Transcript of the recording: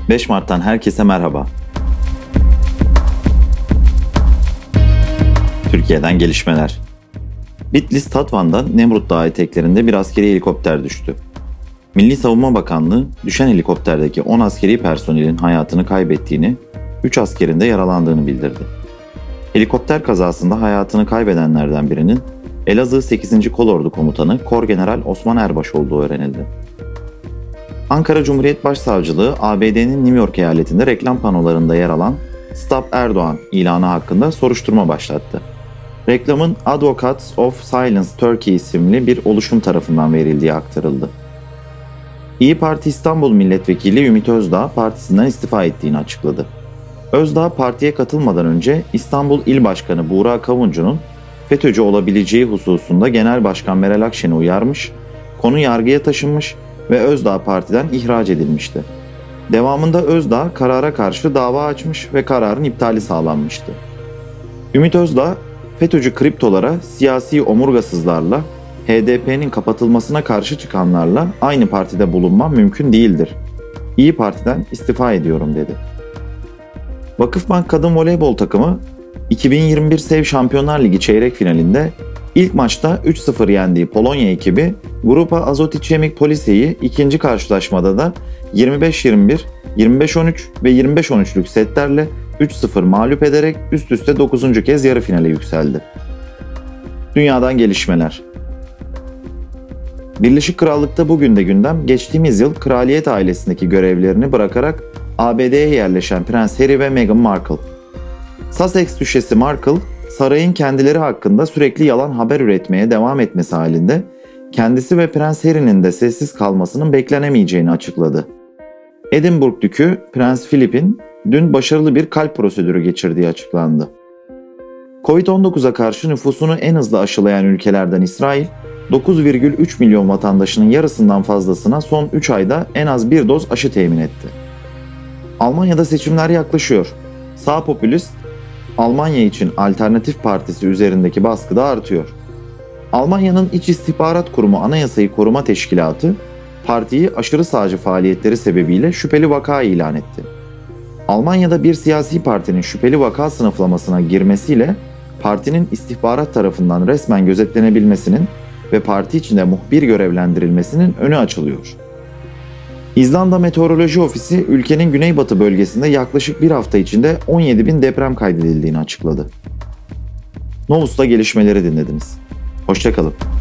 5 Mart'tan herkese merhaba. Türkiye'den gelişmeler. Bitlis Tatvan'da Nemrut Dağı eteklerinde bir askeri helikopter düştü. Milli Savunma Bakanlığı, düşen helikopterdeki 10 askeri personelin hayatını kaybettiğini, 3 askerin de yaralandığını bildirdi. Helikopter kazasında hayatını kaybedenlerden birinin Elazığ 8. Kolordu Komutanı Korgeneral Osman Erbaş olduğu öğrenildi. Ankara Cumhuriyet Başsavcılığı, ABD'nin New York eyaletinde reklam panolarında yer alan Stop Erdoğan ilanı hakkında soruşturma başlattı. Reklamın Advocates of Silence Turkey isimli bir oluşum tarafından verildiği aktarıldı. İyi Parti İstanbul Milletvekili Ümit Özdağ partisinden istifa ettiğini açıkladı. Özdağ partiye katılmadan önce İstanbul İl Başkanı Buğra Kavuncu'nun FETÖ'cü olabileceği hususunda Genel Başkan Meral Akşener'i uyarmış, konu yargıya taşınmış ve Özdağ partiden ihraç edilmişti. Devamında Özdağ karara karşı dava açmış ve kararın iptali sağlanmıştı. Ümit Özdağ, FETÖ'cü kriptolara, siyasi omurgasızlarla, HDP'nin kapatılmasına karşı çıkanlarla aynı partide bulunmam mümkün değildir. İyi Parti'den istifa ediyorum dedi. Vakıfbank Kadın Voleybol takımı 2021 SEV Şampiyonlar Ligi çeyrek finalinde ilk maçta 3-0 yendiği Polonya ekibi Grupa Azotičemik Polise'yi ikinci karşılaşmada da 25-21, 25-13 ve 25-13'lük setlerle 3-0 mağlup ederek üst üste 9. kez yarı finale yükseldi. Dünyadan gelişmeler. Birleşik Krallık'ta bugün de gündem geçtiğimiz yıl kraliyet ailesindeki görevlerini bırakarak ABD'ye yerleşen Prens Harry ve Meghan Markle. Sussex Düşesi Markle, sarayın kendileri hakkında sürekli yalan haber üretmeye devam etmesi halinde kendisi ve Prens Harry'nin de sessiz kalmasının beklenemeyeceğini açıkladı. Edinburgh Dükü Prens Philip'in dün başarılı bir kalp prosedürü geçirdiği açıklandı. Covid-19'a karşı nüfusunu en hızlı aşılayan ülkelerden İsrail, 9,3 milyon vatandaşının yarısından fazlasına son 3 ayda en az bir doz aşı temin etti. Almanya'da seçimler yaklaşıyor. Sağ popülist, Almanya için Alternatif Partisi üzerindeki baskı da artıyor. Almanya'nın İç İstihbarat Kurumu Anayasayı Koruma Teşkilatı, partiyi aşırı sağcı faaliyetleri sebebiyle şüpheli vaka ilan etti. Almanya'da bir siyasi partinin şüpheli vaka sınıflamasına girmesiyle partinin istihbarat tarafından resmen gözetlenebilmesinin ve parti içinde muhbir görevlendirilmesinin önü açılıyor. İzlanda Meteoroloji Ofisi ülkenin güneybatı bölgesinde yaklaşık bir hafta içinde 17.000 deprem kaydedildiğini açıkladı. Novus'ta gelişmeleri dinlediniz. Hoşça kalın.